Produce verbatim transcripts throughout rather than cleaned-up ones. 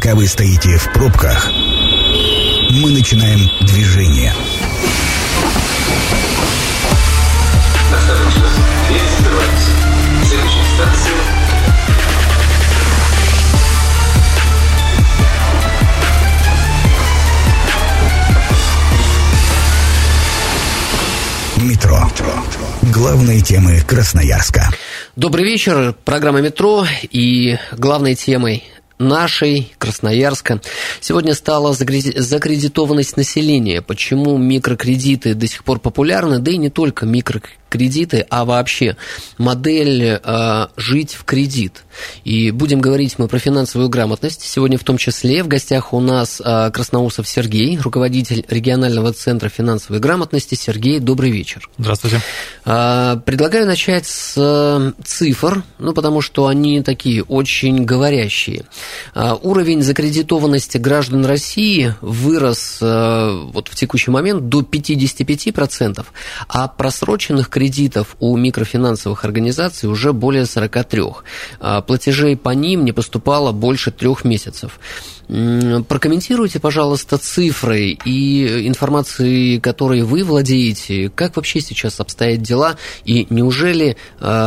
Пока вы стоите в пробках, мы начинаем движение. Осторожно, дверь закрывается. Следующая станция. Метро. Главные темы Красноярска. Добрый вечер. Программа «Метро» и главной темой нашей, Красноярска, сегодня стала закредитованность населения. Почему микрокредиты до сих пор популярны, да и не только микрокредиты, а вообще модель э, «жить в кредит». И будем говорить мы про финансовую грамотность. Сегодня в том числе в гостях у нас э, Красноусов Сергей, руководитель регионального центра финансовой грамотности. Сергей, добрый вечер. Здравствуйте. Э, предлагаю начать с э, цифр, ну, потому что они такие очень говорящие. Уровень закредитованности граждан России вырос вот в текущий момент до пятьдесят пять процентов, а просроченных кредитов у микрофинансовых организаций уже более сорок три. Платежей по ним не поступало больше трех месяцев. Прокомментируйте, пожалуйста, цифры и информации, которой вы владеете. Как вообще сейчас обстоят дела? И неужели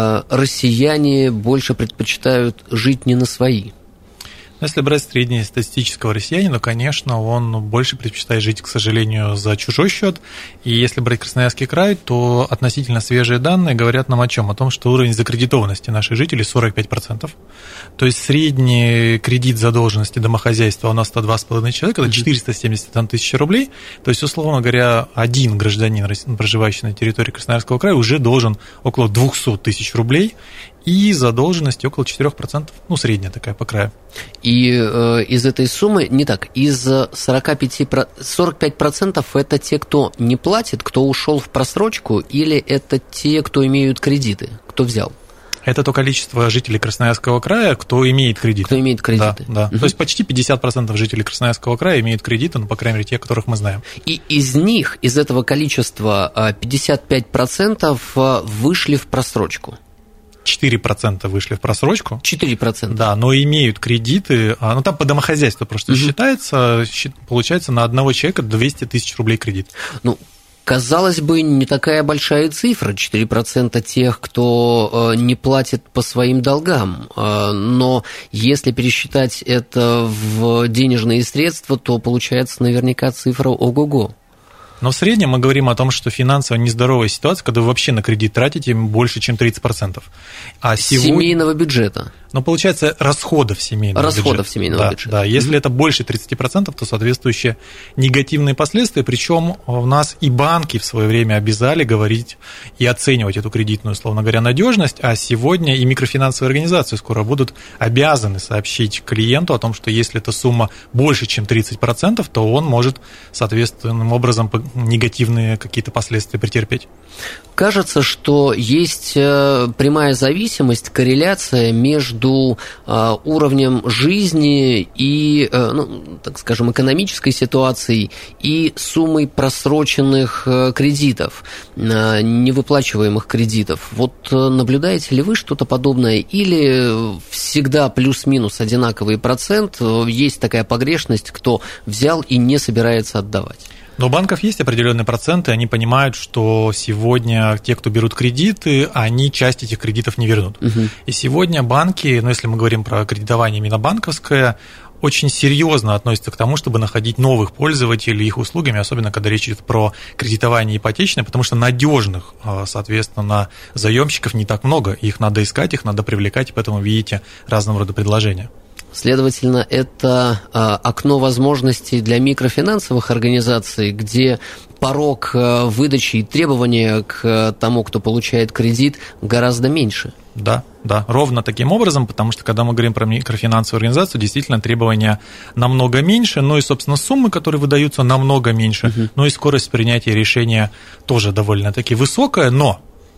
россияне больше предпочитают жить не на свои? Если брать среднестатистического россиянина, конечно, он больше предпочитает жить, к сожалению, за чужой счет. И если брать Красноярский край, то относительно свежие данные говорят нам о чем? О том, что уровень закредитованности наших жителей сорок пять процентов. То есть средний кредит задолженности домохозяйства у нас сто два с половиной человека, это четыреста семьдесят тысяч рублей. То есть, условно говоря, один гражданин, проживающий на территории Красноярского края, уже должен около двести тысяч рублей. И задолженность около четыре процента, ну, средняя такая по краю. И э, из этой суммы, не так, из сорок пять, сорок пять процентов это те, кто не платит, кто ушел в просрочку, или это те, кто имеют кредиты, кто взял? Это то количество жителей Красноярского края, кто имеет кредиты. Кто имеет кредиты. Да, да. Угу. То есть почти пятьдесят процентов жителей Красноярского края имеют кредиты, ну, по крайней мере, те, которых мы знаем. И из них, из этого количества, пятьдесят пять процентов вышли в просрочку. четыре процента вышли в просрочку. четыре процента. Да, но имеют кредиты, ну там по домохозяйству просто угу. считается, получается на одного человека двести тысяч рублей кредит. Ну, казалось бы, не такая большая цифра, четыре процента тех, кто не платит по своим долгам, но если пересчитать это в денежные средства, то получается наверняка цифра ого-го. Но в среднем мы говорим о том, что финансово нездоровая ситуация, когда вы вообще на кредит тратите больше, чем тридцать процентов. А сегодня... Семейного бюджета. Ну, получается, расходов семейного расходов бюджета. семейного да, бюджета. Да, если mm-hmm. это больше тридцати процентов, то соответствующие негативные последствия. Причем у нас и банки в свое время обязали говорить и оценивать эту кредитную, условно говоря, надежность, а сегодня и микрофинансовые организации скоро будут обязаны сообщить клиенту о том, что если эта сумма больше, чем тридцать процентов, то он может соответственным образом негативные какие-то последствия претерпеть. Кажется, что есть прямая зависимость, корреляция между уровнем жизни и, ну, так скажем, экономической ситуацией и суммой просроченных кредитов, невыплачиваемых кредитов. Вот наблюдаете ли вы что-то подобное? Или всегда плюс-минус одинаковый процент, есть такая погрешность, кто взял и не собирается отдавать? Но у банков есть определенные проценты, они понимают, что сегодня те, кто берут кредиты, они часть этих кредитов не вернут. Угу. И сегодня банки, ну, если мы говорим про кредитование именно банковское, очень серьезно относятся к тому, чтобы находить новых пользователей их услугами, особенно когда речь идет про кредитование ипотечное, потому что надежных, соответственно, заемщиков не так много, их надо искать, их надо привлекать, и поэтому видите разного рода предложения. Следовательно, это окно возможностей для микрофинансовых организаций, где порог выдачи и требования к тому, кто получает кредит, гораздо меньше. Да, да, ровно таким образом, потому что, когда мы говорим про микрофинансовую организацию, действительно требования намного меньше, ну и, собственно, суммы, которые выдаются, намного меньше, uh-huh. ну и скорость принятия решения тоже довольно-таки высокая, но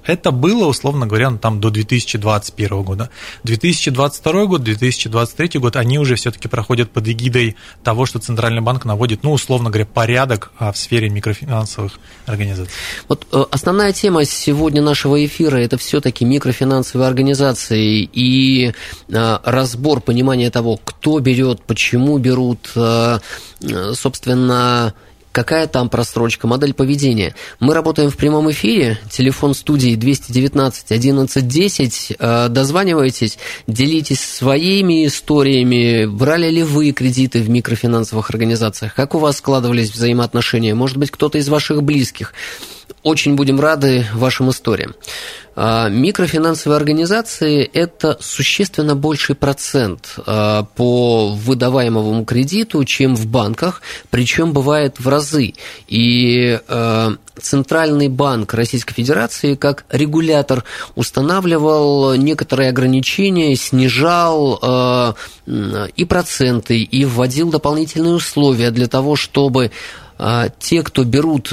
Это было, условно говоря, там до две тысячи двадцать первого года. две тысячи двадцать второй год, две тысячи двадцать третий год, они уже все-таки проходят под эгидой того, что Центральный банк наводит, ну, условно говоря, порядок в сфере микрофинансовых организаций. Вот основная тема сегодня нашего эфира – это все-таки микрофинансовые организации и разбор, понимание того, кто берет, почему берут, собственно, какая там просрочка, модель поведения. Мы работаем в прямом эфире, телефон студии двести девятнадцать одиннадцать десять, дозванивайтесь, делитесь своими историями, брали ли вы кредиты в микрофинансовых организациях, как у вас складывались взаимоотношения, может быть, кто-то из ваших близких. Очень будем рады вашим историям. Микрофинансовые организации – это существенно больший процент по выдаваемому кредиту, чем в банках, причем бывает в разы. И Центральный банк Российской Федерации как регулятор устанавливал некоторые ограничения, снижал и проценты, и вводил дополнительные условия для того, чтобы те, кто берут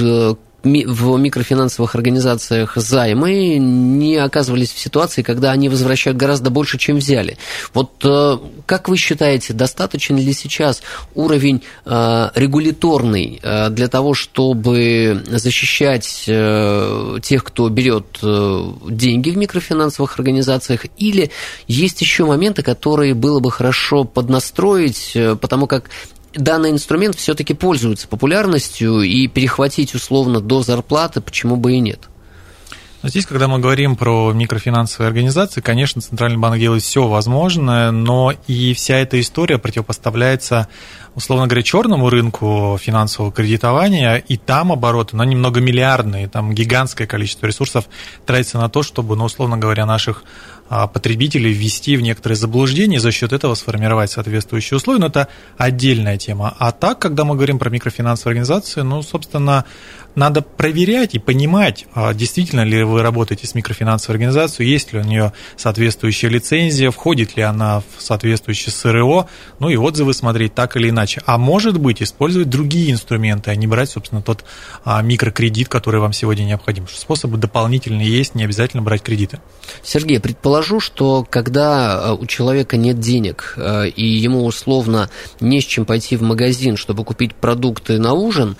в микрофинансовых организациях займы, не оказывались в ситуации, когда они возвращают гораздо больше, чем взяли. Вот как вы считаете, достаточен ли сейчас уровень регуляторный для того, чтобы защищать тех, кто берет деньги в микрофинансовых организациях, или есть еще моменты, которые было бы хорошо поднастроить, потому как данный инструмент все-таки пользуется популярностью, и перехватить условно до зарплаты почему бы и нет? Но здесь, когда мы говорим про микрофинансовые организации, конечно, Центральный банк делает все возможное, но и вся эта история противопоставляется, условно говоря, черному рынку финансового кредитования, и там обороты, но они многомиллиардные, там гигантское количество ресурсов тратится на то, чтобы, ну, условно говоря, наших потребителей ввести в некоторые заблуждения и за счет этого сформировать соответствующие условия, но это отдельная тема. А так, когда мы говорим про микрофинансовые организации, ну, собственно, надо проверять и понимать, действительно ли вы работаете с микрофинансовой организацией, есть ли у нее соответствующая лицензия, входит ли она в соответствующее СРО, ну и отзывы смотреть так или иначе. А может быть, использовать другие инструменты, а не брать, собственно, тот микрокредит, который вам сегодня необходим. Способы дополнительные есть, не обязательно брать кредиты. Сергей, предположу, что когда у человека нет денег, и ему условно не с чем пойти в магазин, чтобы купить продукты на ужин,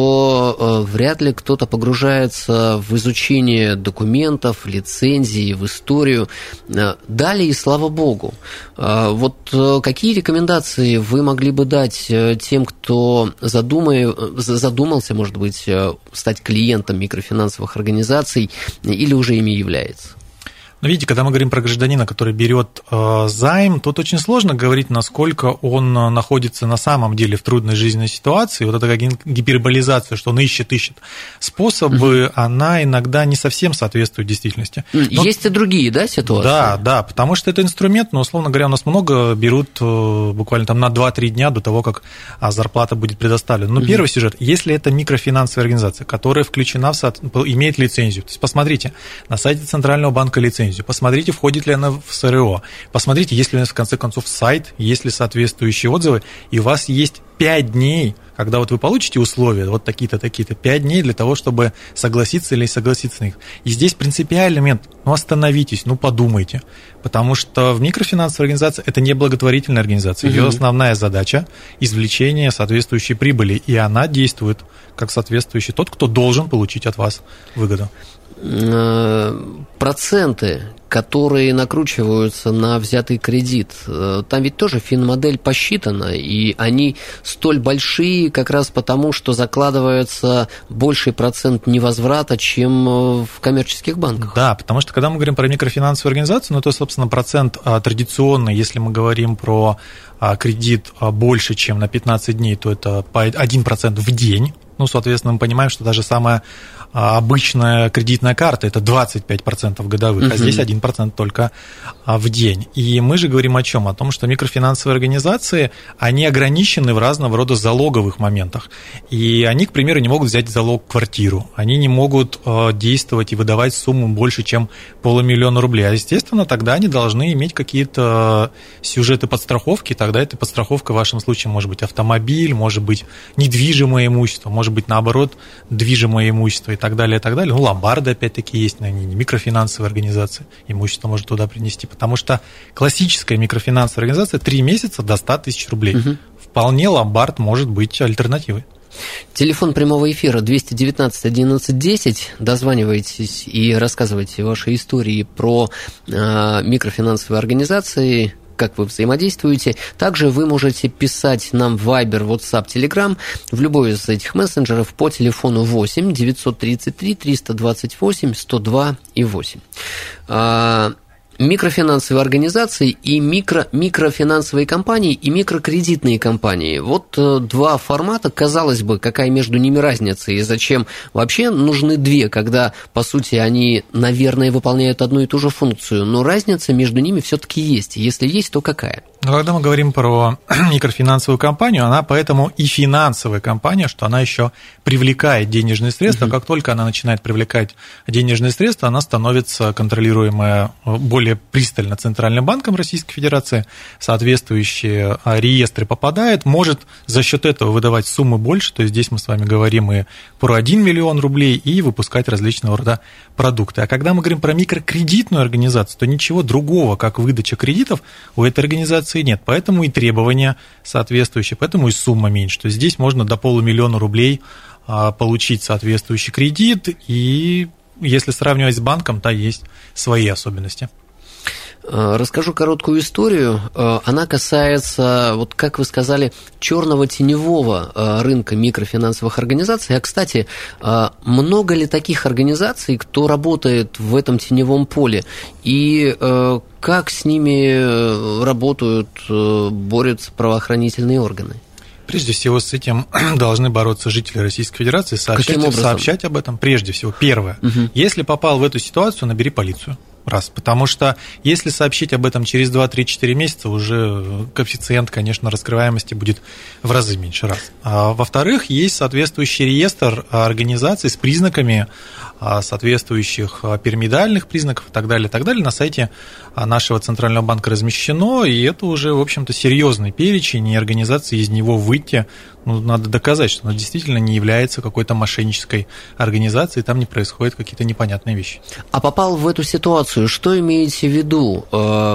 то вряд ли кто-то погружается в изучение документов, лицензий, в историю. Далее, и слава богу. Вот какие рекомендации вы могли бы дать тем, кто задумался, может быть, стать клиентом микрофинансовых организаций или уже ими является? Но видите, когда мы говорим про гражданина, который берет э, займ, тут очень сложно говорить, насколько он находится на самом деле в трудной жизненной ситуации. Вот эта гиперболизация, что он ищет, ищет способы, угу. она иногда не совсем соответствует действительности. Но... Есть и другие, да, ситуации? Да, да, потому что это инструмент, но, условно говоря, у нас много берут э, буквально там на два-три дня до того, как а, зарплата будет предоставлена. Но угу. первый сюжет, если это микрофинансовая организация, которая включена в со... имеет лицензию, то есть посмотрите, на сайте Центрального банка лицензию, посмотрите, входит ли она в СРО, посмотрите, есть ли у нас в конце концов сайт, есть ли соответствующие отзывы, и у вас есть пять дней, когда вот вы получите условия, вот такие-то, такие-то, пять дней для того, чтобы согласиться или согласиться на них. И здесь принципиальный момент, ну остановитесь, ну подумайте, потому что в микрофинансовой организации это не благотворительная организация, ее угу. основная задача – извлечение соответствующей прибыли, и она действует как соответствующий тот, кто должен получить от вас выгоду. Проценты, которые накручиваются на взятый кредит, там ведь тоже финмодель посчитана, и они столь большие как раз потому, что закладывается больший процент невозврата, чем в коммерческих банках. Да, потому что когда мы говорим про микрофинансовую организацию, ну то, собственно, процент традиционный, если мы говорим про кредит больше, чем на пятнадцать дней, то это один процент в день. Ну, соответственно, мы понимаем, что даже самая обычная кредитная карта – это двадцать пять процентов годовых, uh-huh. а здесь один процент только в день. И мы же говорим о чем? О том, что микрофинансовые организации, они ограничены в разного рода залоговых моментах. И они, к примеру, не могут взять залог квартиру, они не могут действовать и выдавать сумму больше, чем полумиллиона рублей. А, естественно, тогда они должны иметь какие-то сюжеты подстраховки, тогда эта подстраховка в вашем случае может быть автомобиль, может быть недвижимое имущество, может может быть, наоборот, движимое имущество и так далее, и так далее. Ну, ломбарды, опять-таки, есть, но они не микрофинансовые организации, имущество может туда принести, потому что классическая микрофинансовая организация три месяца до ста тысяч рублей. Угу. Вполне ломбард может быть альтернативой. Телефон прямого эфира двести девятнадцать одиннадцать десять. Дозванивайтесь и рассказывайте ваши истории про э, микрофинансовые организации, как вы взаимодействуете. Также вы можете писать нам в Viber, WhatsApp, Telegram, в любой из этих мессенджеров по телефону восемь девятьсот тридцать три триста двадцать восемь сто два и восемь. Микрофинансовые организации и микро, микрофинансовые компании и микрокредитные компании. Вот два формата, казалось бы, какая между ними разница и зачем вообще нужны две, когда, по сути, они, наверное, выполняют одну и ту же функцию, но разница между ними все-таки есть. Если есть, то какая? Но когда мы говорим про микрофинансовую компанию, она поэтому и финансовая компания, что она еще привлекает денежные средства. Uh-huh. Как только она начинает привлекать денежные средства, она становится контролируемая более пристально Центральным банком Российской Федерации, соответствующие реестры попадает, может за счет этого выдавать суммы больше, то есть здесь мы с вами говорим и про один миллион рублей, и выпускать различного рода продукты. А когда мы говорим про микрокредитную организацию, то ничего другого, как выдача кредитов, у этой организации нет, поэтому и требования соответствующие, поэтому и сумма меньше. То есть здесь можно до полумиллиона рублей получить соответствующий кредит, и если сравнивать с банком, то есть свои особенности. Расскажу короткую историю. Она касается, вот как вы сказали, черного теневого рынка микрофинансовых организаций. А, кстати, много ли таких организаций, кто работает в этом теневом поле? И как с ними работают, борются правоохранительные органы? Прежде всего, с этим должны бороться жители Российской Федерации, сообщать, сообщать об этом. Прежде всего, первое, угу. Если попал в эту ситуацию, набери полицию. Раз, потому что если сообщить об этом через два-три-четыре месяца, уже коэффициент, конечно, раскрываемости будет в разы меньше. Раз. А, во-вторых, есть соответствующий реестр организаций с признаками соответствующих пирамидальных признаков и так далее, и так далее. На сайте нашего Центрального банка размещено, и это уже, в общем-то, серьезный перечень, и организации из него выйти, ну, надо доказать, что она действительно не является какой-то мошеннической организацией, там не происходят какие-то непонятные вещи. А попал в эту ситуацию, что имеете в виду?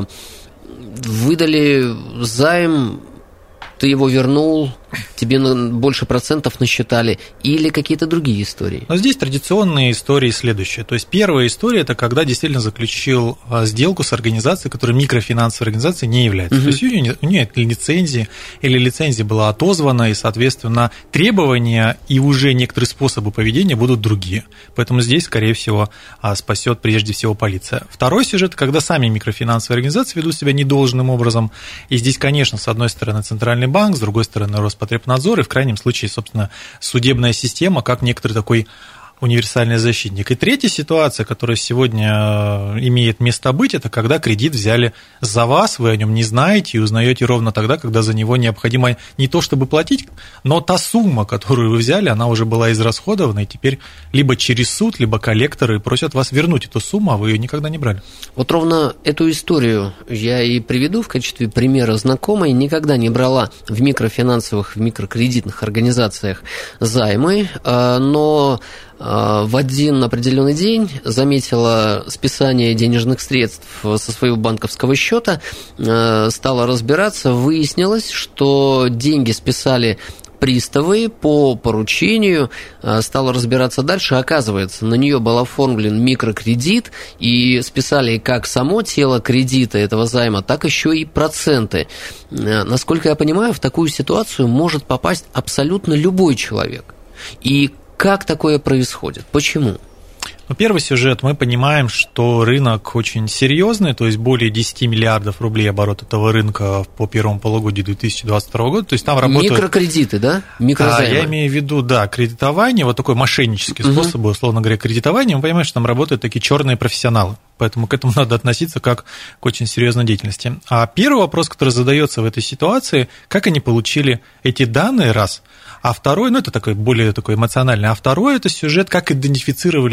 Выдали займ, ты его вернул, тебе больше процентов насчитали, или какие-то другие истории? Но здесь традиционные истории следующие. То есть первая история – это когда действительно заключил сделку с организацией, которая микрофинансовой организацией не является. Uh-huh. То есть у нее, у нее нет лицензии, или лицензия была отозвана, и, соответственно, требования и уже некоторые способы поведения будут другие. Поэтому здесь, скорее всего, спасет прежде всего полиция. Второй сюжет – когда сами микрофинансовые организации ведут себя недолжным образом. И здесь, конечно, с одной стороны, Центральный банк, с другой стороны, Роспотребнадзор, Потребнадзор и, в крайнем случае, собственно, судебная система, как некоторый такой универсальный защитник. И третья ситуация, которая сегодня имеет место быть, это когда кредит взяли за вас, вы о нем не знаете и узнаете ровно тогда, когда за него необходимо не то чтобы платить, но та сумма, которую вы взяли, она уже была израсходована, и теперь либо через суд, либо коллекторы просят вас вернуть эту сумму, а вы ее никогда не брали. Вот ровно эту историю я и приведу в качестве примера. Знакомой никогда не брала в микрофинансовых, в микрокредитных организациях займы, но в один определенный день заметила списание денежных средств со своего банковского счета, стала разбираться, выяснилось, что деньги списали приставы по поручению, стала разбираться дальше, оказывается, на нее был оформлен микрокредит, и списали как само тело кредита этого займа, так еще и проценты. Насколько я понимаю, в такую ситуацию может попасть абсолютно любой человек. И как такое происходит? Почему? Ну, первый сюжет. Мы понимаем, что рынок очень серьезный, то есть более десять миллиардов рублей оборот этого рынка по первому полугодию две тысячи двадцать второго года. То есть там работают... Микрокредиты, да? Микрозаймы. А, я имею в виду, да, кредитование, вот такой мошеннический угу. способ, условно говоря, кредитования. Мы понимаем, что там работают такие черные профессионалы. Поэтому к этому надо относиться как к очень серьезной деятельности. А первый вопрос, который задается в этой ситуации, как они получили эти данные, раз. А второй, ну это такой более такой эмоциональный, а второй это сюжет, как идентифицировали пользователя.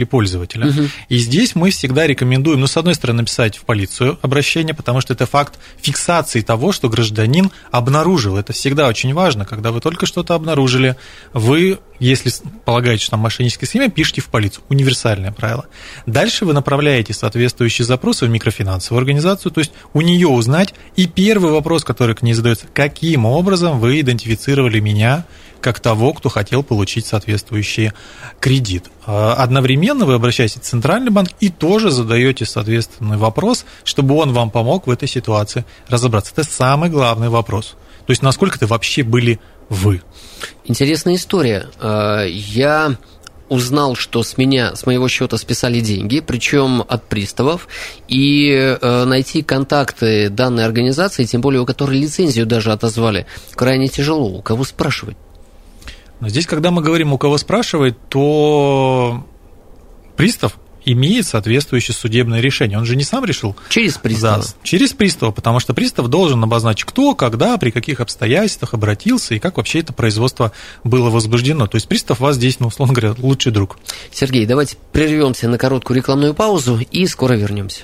пользователя. Угу. И здесь мы всегда рекомендуем, ну, с одной стороны, написать в полицию обращение, потому что это факт фиксации того, что гражданин обнаружил. Это всегда очень важно, когда вы только что-то обнаружили, вы, если полагаете, что там мошенническая схема, пишите в полицию. Универсальное правило. Дальше вы направляете соответствующие запросы в микрофинансовую организацию, то есть у нее узнать. И первый вопрос, который к ней задается: каким образом вы идентифицировали меня как того, кто хотел получить соответствующий кредит. Одновременно вы обращаетесь в Центральный банк и тоже задаете соответственный вопрос, чтобы он вам помог в этой ситуации разобраться. Это самый главный вопрос. То есть, насколько это вообще были вы. Интересная история. Я узнал, что с меня, с моего счета списали деньги, причем от приставов, и найти контакты данной организации, тем более у которой лицензию даже отозвали, крайне тяжело. У кого спрашивать? Но здесь, когда мы говорим, у кого спрашивать, то пристав имеет соответствующее судебное решение. Он же не сам решил. Через пристава. Да, через пристава, потому что пристав должен обозначить, кто, когда, при каких обстоятельствах обратился и как вообще это производство было возбуждено. То есть пристав вас здесь, ну, условно говоря, лучший друг. Сергей, давайте прервемся на короткую рекламную паузу и скоро вернемся.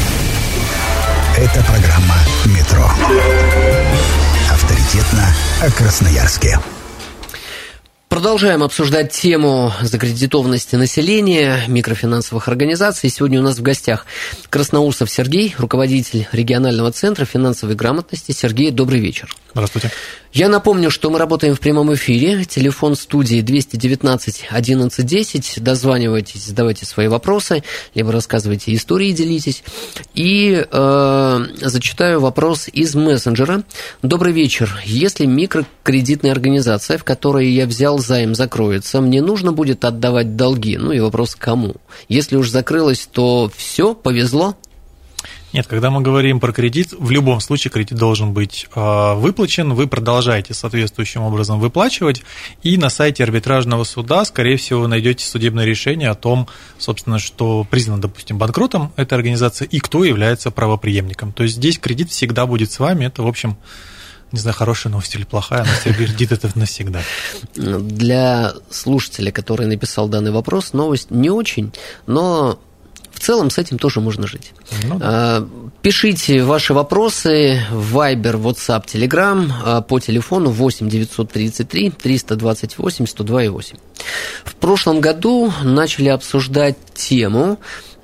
Это программа «Метро». Авторитетно о Красноярске. Продолжаем обсуждать тему закредитованности населения, микрофинансовых организаций. Сегодня у нас в гостях Красноусов Сергей, руководитель регионального центра финансовой грамотности. Сергей, добрый вечер. Здравствуйте. Я напомню, что мы работаем в прямом эфире. Телефон студии двести девятнадцать одиннадцать десять. Дозванивайтесь, задавайте свои вопросы, либо рассказывайте истории, делитесь. И э, зачитаю вопрос из мессенджера. Добрый вечер. Если микрокредитная организация, в которой я взял займ, закроется, мне нужно будет отдавать долги? Ну и вопрос, кому? Если уж закрылась, то все, повезло? Нет, когда мы говорим про кредит, в любом случае кредит должен быть э, выплачен, вы продолжаете соответствующим образом выплачивать, и на сайте арбитражного суда, скорее всего, вы найдете судебное решение о том, собственно, что признан, допустим, банкротом эта организация и кто является правопреемником. То есть здесь кредит всегда будет с вами, это, в общем, не знаю, хорошая новость или плохая, но кредит это навсегда. Для слушателя, который написал данный вопрос, новость не очень, но в целом с этим тоже можно жить. Ну, да. Пишите ваши вопросы в Viber, WhatsApp, Telegram по телефону восемь девятьсот тридцать три триста двадцать восемь сто два и восемь. В прошлом году начали обсуждать тему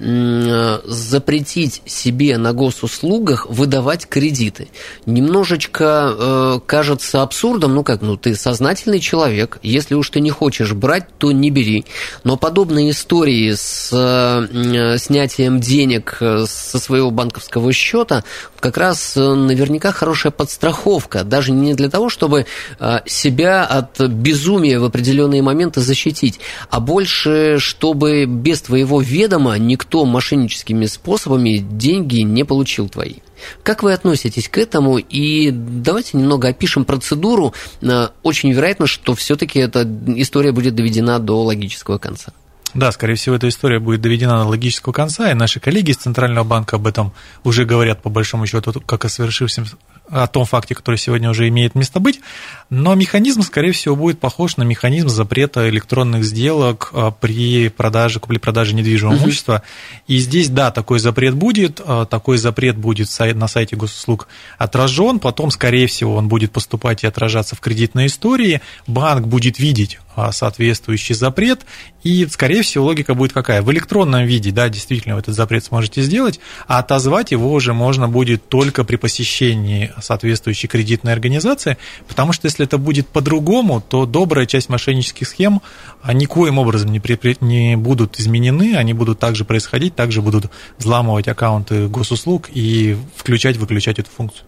запретить себе на госуслугах выдавать кредиты. Немножечко э, кажется абсурдом, ну как, ну ты сознательный человек, если уж ты не хочешь брать, то не бери. Но подобные истории с э, снятием денег со своего банковского счета как раз наверняка хорошая подстраховка, даже не для того, чтобы э, себя от безумия в определенные моменты защитить, а больше, чтобы без твоего ведома никто кто мошенническими способами деньги не получил твои. Как вы относитесь к этому? И давайте немного опишем процедуру. Очень вероятно, что все-таки эта история будет доведена до логического конца. Да, скорее всего, эта история будет доведена до логического конца, и наши коллеги из Центрального банка об этом уже говорят, по большому счету, как о совершившемся, о том факте, который сегодня уже имеет место быть, но механизм, скорее всего, будет похож на механизм запрета электронных сделок при продаже, купле-продаже недвижимого имущества, uh-huh. и здесь, да, такой запрет будет, такой запрет будет на сайте госуслуг отражен, потом, скорее всего, он будет поступать и отражаться в кредитной истории, банк будет видеть соответствующий запрет, и, скорее всего, логика будет какая? В электронном виде, да, действительно, вы этот запрет сможете сделать, а отозвать его уже можно будет только при посещении соответствующей кредитной организации, потому что если это будет по-другому, то добрая часть мошеннических схем никоим образом не, при, не будут изменены, они будут также происходить, также будут взламывать аккаунты госуслуг и включать-выключать эту функцию.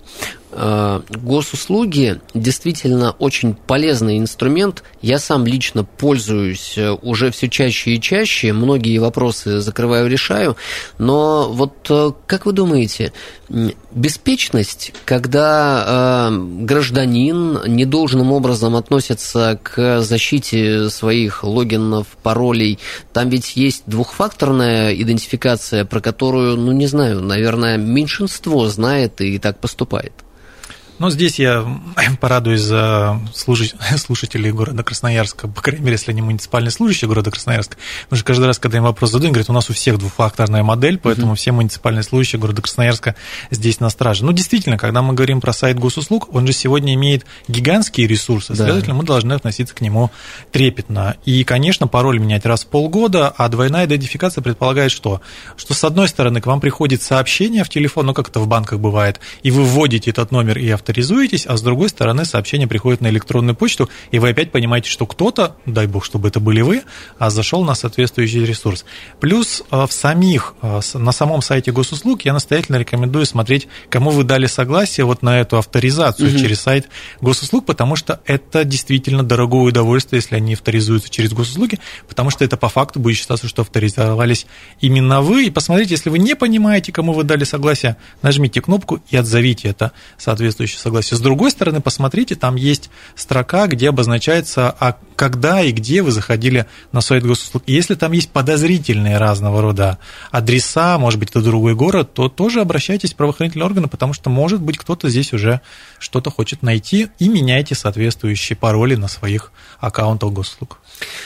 Госуслуги действительно очень полезный инструмент. Я сам лично пользуюсь уже все чаще и чаще, многие вопросы закрываю, решаю. Но вот как вы думаете, беспечность, когда гражданин недолжным образом относится к защите своих логинов, паролей, там ведь есть двухфакторная идентификация, про которую, ну не знаю, наверное, меньшинство знает и так поступает. Но здесь я порадуюсь за слушателей города Красноярска, по крайней мере, если они муниципальные служащие города Красноярска, потому что каждый раз, когда им вопрос задают, говорят, у нас у всех двухфакторная модель, поэтому uh-huh. все муниципальные служащие города Красноярска здесь на страже. Ну, действительно, когда мы говорим про сайт госуслуг, он же сегодня имеет гигантские ресурсы, да. Следовательно, мы должны относиться к нему трепетно. И, конечно, пароль менять раз в полгода, а двойная идентификация предполагает что? Что, с одной стороны, к вам приходит сообщение в телефон, ну, как это в банках бывает, и вы вводите этот номер и авторизуетесь, а с другой стороны, сообщение приходит на электронную почту, и вы опять понимаете, что кто-то, дай бог, чтобы это были вы, зашел на соответствующий ресурс. Плюс в самих, на самом сайте госуслуг я настоятельно рекомендую смотреть, кому вы дали согласие вот на эту авторизацию угу. через сайт госуслуг, потому что это действительно дорогое удовольствие, если они авторизуются через госуслуги, потому что это по факту будет считаться, что авторизовались именно вы. И посмотрите, если вы не понимаете, кому вы дали согласие, нажмите кнопку и отзовите это соответствующее согласие. С другой стороны, посмотрите, там есть строка, где обозначается, а когда и где вы заходили на сайт госуслуг. И если там есть подозрительные разного рода адреса, может быть, это другой город, то тоже обращайтесь в правоохранительные органы, потому что, может быть, кто-то здесь уже что-то хочет найти, и меняйте соответствующие пароли на своих аккаунтах госуслуг.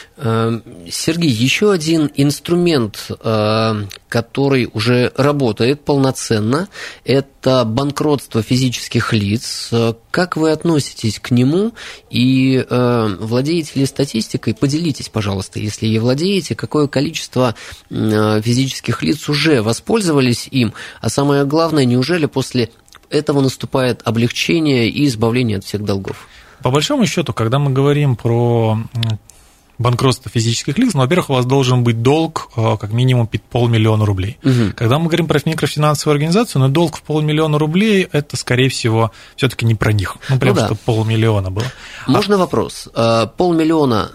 Сергей, еще один инструмент, который уже работает полноценно, это банкротство физических лиц. Как вы относитесь к нему и владеете ли статистикой? Поделитесь, пожалуйста, если и владеете, какое количество физических лиц уже воспользовались им, а самое главное, неужели после этого наступает облегчение и избавление от всех долгов? По большому счету, когда мы говорим про банкротство физических лиц, ну, во-первых, у вас должен быть долг как минимум полмиллиона рублей. Угу. Когда мы говорим про микрофинансовую организацию, ну, долг в полмиллиона рублей, это, скорее всего, все-таки не про них. Ну, прям, ну, да. Чтобы полмиллиона было. Можно а... вопрос? Полмиллиона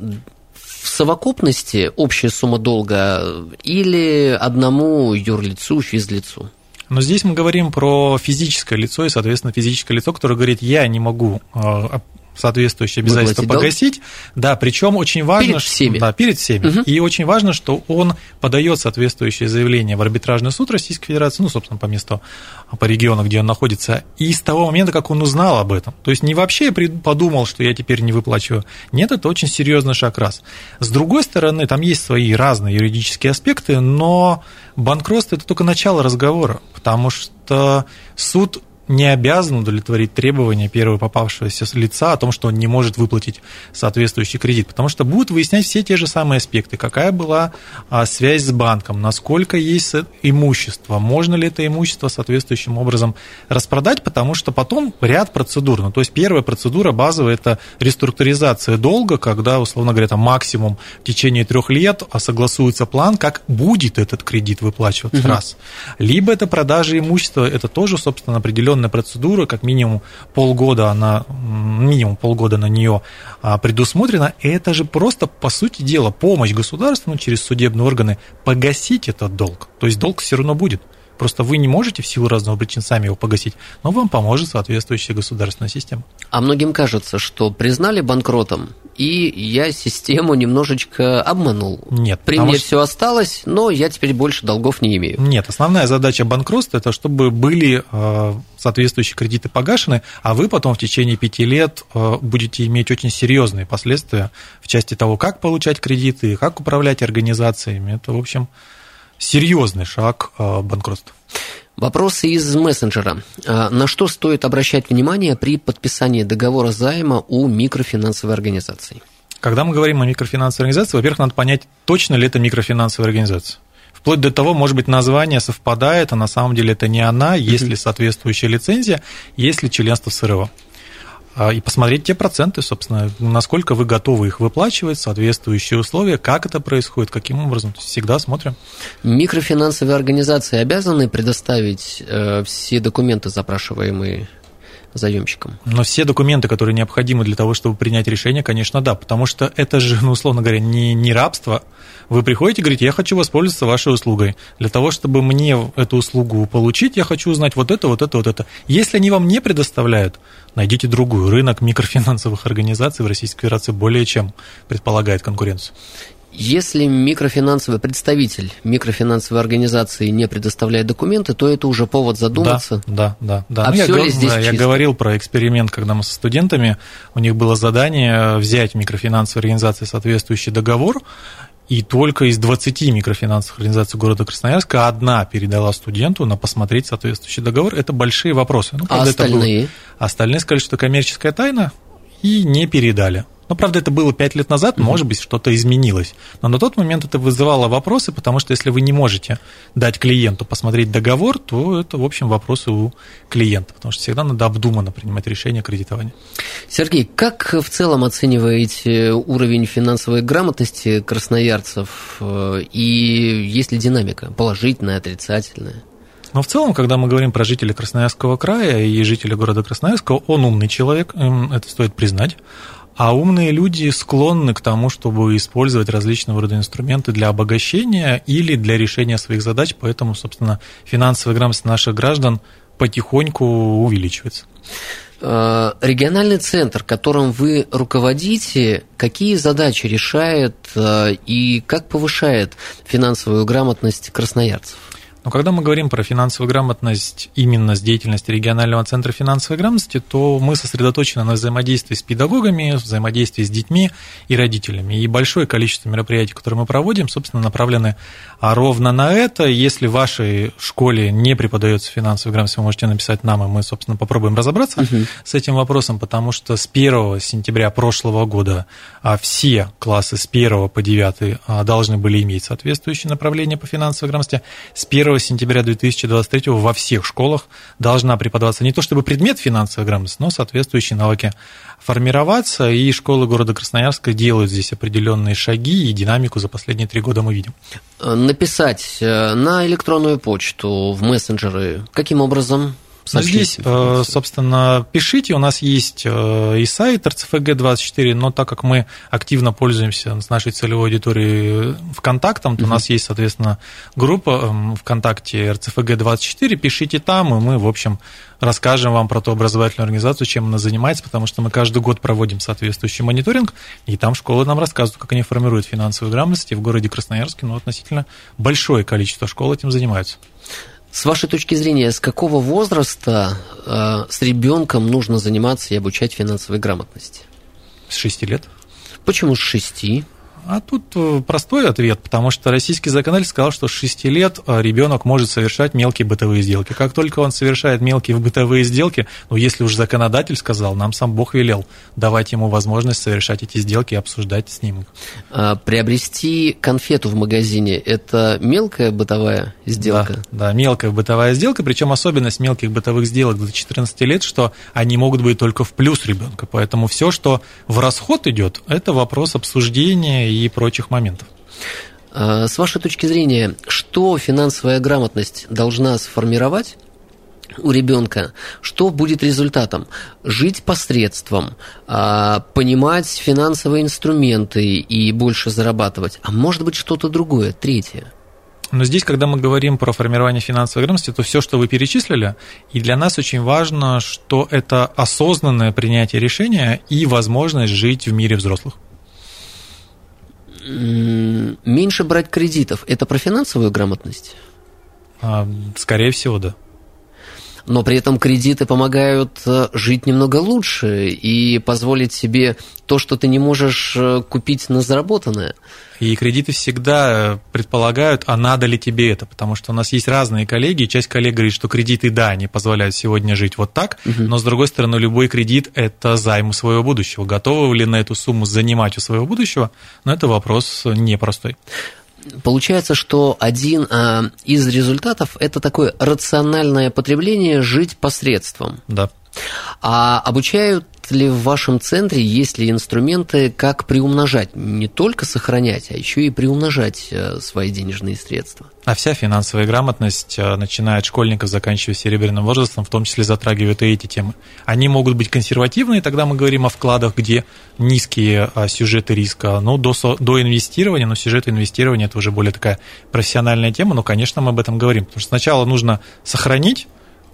в совокупности общая сумма долга или одному юрлицу, физлицу? Но здесь мы говорим про физическое лицо, и, соответственно, физическое лицо, которое говорит, я не могу соответствующие обязательства погасить. Да, причем очень важно, перед всеми. Что, да, перед всеми. Угу. И очень важно, что он подает соответствующее заявление в арбитражный суд Российской Федерации, ну, собственно, по месту, по региону, где он находится, и с того момента, как он узнал об этом. То есть не вообще подумал, что я теперь не выплачиваю. Нет, это очень серьезный шаг раз. С другой стороны, там есть свои разные юридические аспекты, но банкротство – это только начало разговора, потому что суд не обязан удовлетворить требования первого попавшегося лица о том, что он не может выплатить соответствующий кредит, потому что будут выяснять все те же самые аспекты, какая была связь с банком, насколько есть имущество, можно ли это имущество соответствующим образом распродать, потому что потом ряд процедур. Ну, то есть первая процедура базовая – это реструктуризация долга, когда, условно говоря, там максимум в течение трех лет согласуется план, как будет этот кредит выплачиваться, угу. раз. Либо это продажа имущества, это тоже, собственно, определенная процедура, как минимум полгода она, минимум полгода на нее предусмотрена. Это же просто, по сути дела, помощь государству, ну, через судебные органы погасить этот долг. То есть долг все равно будет. Просто вы не можете в силу разных причин сами его погасить, но вам поможет соответствующая государственная система. А многим кажется, что признали банкротом, и я систему немножечко обманул. Нет. При мне что... все осталось, но я теперь больше долгов не имею. Нет, основная задача банкротства – это чтобы были соответствующие кредиты погашены, а вы потом в течение пяти лет будете иметь очень серьезные последствия в части того, как получать кредиты, как управлять организациями. Это, в общем, серьезный шаг банкротства. Вопросы из мессенджера. На что стоит обращать внимание при подписании договора займа у микрофинансовой организации? Когда мы говорим о микрофинансовой организации, во-первых, надо понять, точно ли это микрофинансовая организация. Вплоть до того, может быть, название совпадает, а на самом деле это не она, есть ли соответствующая лицензия, есть ли членство в СРО. И посмотреть те проценты, собственно, насколько вы готовы их выплачивать, соответствующие условия, как это происходит, каким образом. То есть всегда смотрим. Микрофинансовые организации обязаны предоставить э, все документы, запрашиваемые заемщиком? Но все документы, которые необходимы для того, чтобы принять решение, конечно, да, потому что это же, ну, условно говоря, не, не рабство. Вы приходите и говорите, я хочу воспользоваться вашей услугой. Для того, чтобы мне эту услугу получить, я хочу узнать вот это, вот это, вот это. Если они вам не предоставляют, найдите другую. Рынок микрофинансовых организаций в Российской Федерации более чем предполагает конкуренцию. Если микрофинансовый представитель микрофинансовой организации не предоставляет документы, то это уже повод задуматься. Да, да, да. А ну, все я, ли здесь я чисто? говорил про эксперимент, когда мы со студентами, у них было задание взять микрофинансовой организации соответствующий договор, и только из двадцати микрофинансовых организаций города Красноярска одна передала студенту на посмотреть соответствующий договор. Это большие вопросы. Ну, правда, а остальные? Это было... Остальные сказали, что коммерческая тайна, и не передали. Ну, правда, это было пять лет назад, может быть, что-то изменилось. Но на тот момент это вызывало вопросы, потому что если вы не можете дать клиенту посмотреть договор, то это, в общем, вопросы у клиента, потому что всегда надо обдуманно принимать решение о кредитовании. Сергей, как в целом оцениваете уровень финансовой грамотности красноярцев, и есть ли динамика, положительная, отрицательная? Но в целом, когда мы говорим про жителя Красноярского края и жителя города Красноярска, он умный человек, это стоит признать. А умные люди склонны к тому, чтобы использовать различного рода инструменты для обогащения или для решения своих задач, поэтому, собственно, финансовая грамотность наших граждан потихоньку увеличивается. Региональный центр, которым вы руководите, какие задачи решает и как повышает финансовую грамотность красноярцев? Но когда мы говорим про финансовую грамотность именно с деятельности регионального центра финансовой грамотности, то мы сосредоточены на взаимодействии с педагогами, взаимодействии с детьми и родителями. И большое количество мероприятий, которые мы проводим, собственно, направлены ровно на это. Если в вашей школе не преподается финансовая грамотность, вы можете написать нам, и мы, собственно, попробуем разобраться uh-huh. с этим вопросом, потому что с первого сентября прошлого года все классы с первого по девятый должны были иметь соответствующее направление по финансовой грамотности. С первого сентября две тысячи двадцать третьего во всех школах должна преподаваться не то чтобы предмет финансовой грамотности, но соответствующие навыки формироваться, и школы города Красноярска делают здесь определенные шаги, и динамику за последние три года мы видим. Написать на электронную почту, в мессенджеры, каким образом? Здесь, собственно, пишите, у нас есть и сайт эр цэ эф гэ двадцать четыре, но так как мы активно пользуемся с нашей целевой аудиторией ВКонтактом, то uh-huh. у нас есть, соответственно, группа ВКонтакте эр цэ эф гэ двадцать четыре, пишите там, и мы, в общем, расскажем вам про ту образовательную организацию, чем она занимается, потому что мы каждый год проводим соответствующий мониторинг, и там школы нам рассказывают, как они формируют финансовую грамотность, и в городе Красноярске, ну, относительно большое количество школ этим занимаются. С вашей точки зрения, с какого возраста э, с ребенком нужно заниматься и обучать финансовой грамотности? С шести лет. Почему с шести? А тут простой ответ, потому что российский законодатель сказал, что с шести лет ребенок может совершать мелкие бытовые сделки. Как только он совершает мелкие бытовые сделки, ну, если уж законодатель сказал, нам сам Бог велел давать ему возможность совершать эти сделки и обсуждать с ним. А приобрести конфету в магазине – это мелкая бытовая сделка? Да, да, мелкая бытовая сделка, причем особенность мелких бытовых сделок до четырнадцати лет, что они могут быть только в плюс ребенка, поэтому все, что в расход идет, это вопрос обсуждения и прочих моментов. С вашей точки зрения, что финансовая грамотность должна сформировать у ребенка, что будет результатом? Жить посредством, понимать финансовые инструменты и больше зарабатывать, а может быть что-то другое, третье? Но здесь, когда мы говорим про формирование финансовой грамотности, то все, что вы перечислили, и для нас очень важно, что это осознанное принятие решения и возможность жить в мире взрослых. Меньше брать кредитов – это про финансовую грамотность? Скорее всего, да. Но при этом кредиты помогают жить немного лучше и позволить себе то, что ты не можешь купить на заработанное. И кредиты всегда предполагают, а надо ли тебе это, потому что у нас есть разные коллеги, и часть коллег говорит, что кредиты, да, они позволяют сегодня жить вот так, угу. но, с другой стороны, любой кредит – это займ у своего будущего. Готовы ли на эту сумму занимать у своего будущего? Но это вопрос непростой. Получается, что один а, из результатов – это такое рациональное потребление, жить посредством. Да. А обучают ли в вашем центре, есть ли инструменты, как приумножать, не только сохранять, а еще и приумножать свои денежные средства? А вся финансовая грамотность, начиная от школьников, заканчивая серебряным возрастом, в том числе затрагивает и эти темы. Они могут быть консервативные, тогда мы говорим о вкладах, где низкие сюжеты риска, ну, до, до инвестирования, но сюжеты инвестирования – это уже более такая профессиональная тема, но, конечно, мы об этом говорим, потому что сначала нужно сохранить,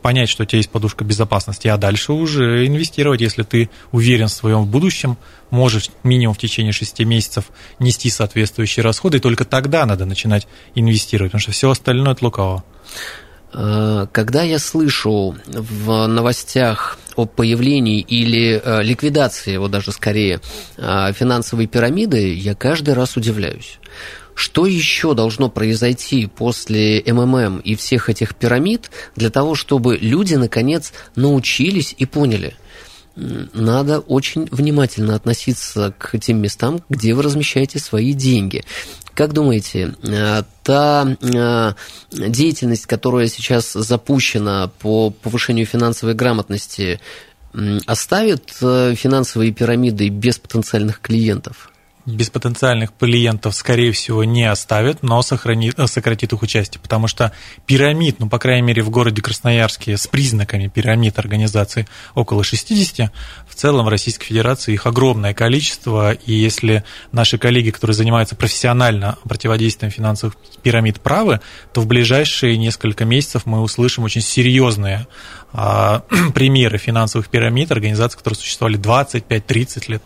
понять, что у тебя есть подушка безопасности, а дальше уже инвестировать, если ты уверен в своем будущем, можешь минимум в течение шести месяцев нести соответствующие расходы, и только тогда надо начинать инвестировать, потому что все остальное от лукавого. Когда я слышу в новостях о появлении или ликвидации, вот даже скорее, финансовой пирамиды, я каждый раз удивляюсь. Что еще должно произойти после эм эм эм и всех этих пирамид для того, чтобы люди, наконец, научились и поняли? Надо очень внимательно относиться к тем местам, где вы размещаете свои деньги. Как думаете, та деятельность, которая сейчас запущена по повышению финансовой грамотности, оставит финансовые пирамиды без потенциальных клиентов? Без потенциальных клиентов, скорее всего, не оставит, но сохранит, сократит их участие, потому что пирамид, ну, по крайней мере, в городе Красноярске с признаками пирамид организаций около шестидесяти, в целом в Российской Федерации их огромное количество, и если наши коллеги, которые занимаются профессионально противодействием финансовых пирамид, правы, то в ближайшие несколько месяцев мы услышим очень серьезные а, примеры финансовых пирамид, организаций, которые существовали двадцать пять - тридцать лет.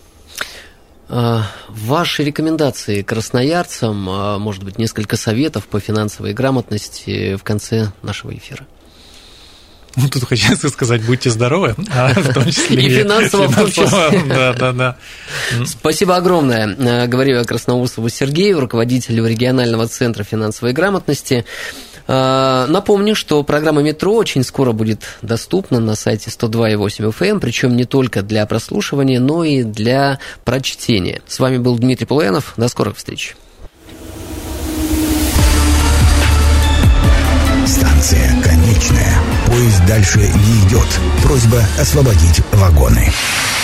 Ваши рекомендации красноярцам, может быть, несколько советов по финансовой грамотности в конце нашего эфира. Ну, тут хочется сказать, будьте здоровы, а в том числе и финансово, в том числе. Да, да, да. Спасибо огромное. Говорю я Красноусову Сергею, руководителю регионального центра финансовой грамотности. Напомню, что программа «Метро» очень скоро будет доступна на сайте сто два и восемь эф эм, причем не только для прослушивания, но и для прочтения. С вами был Дмитрий Полуянов. До скорых встреч. Станция конечная. Поезд дальше не идет. Просьба освободить вагоны.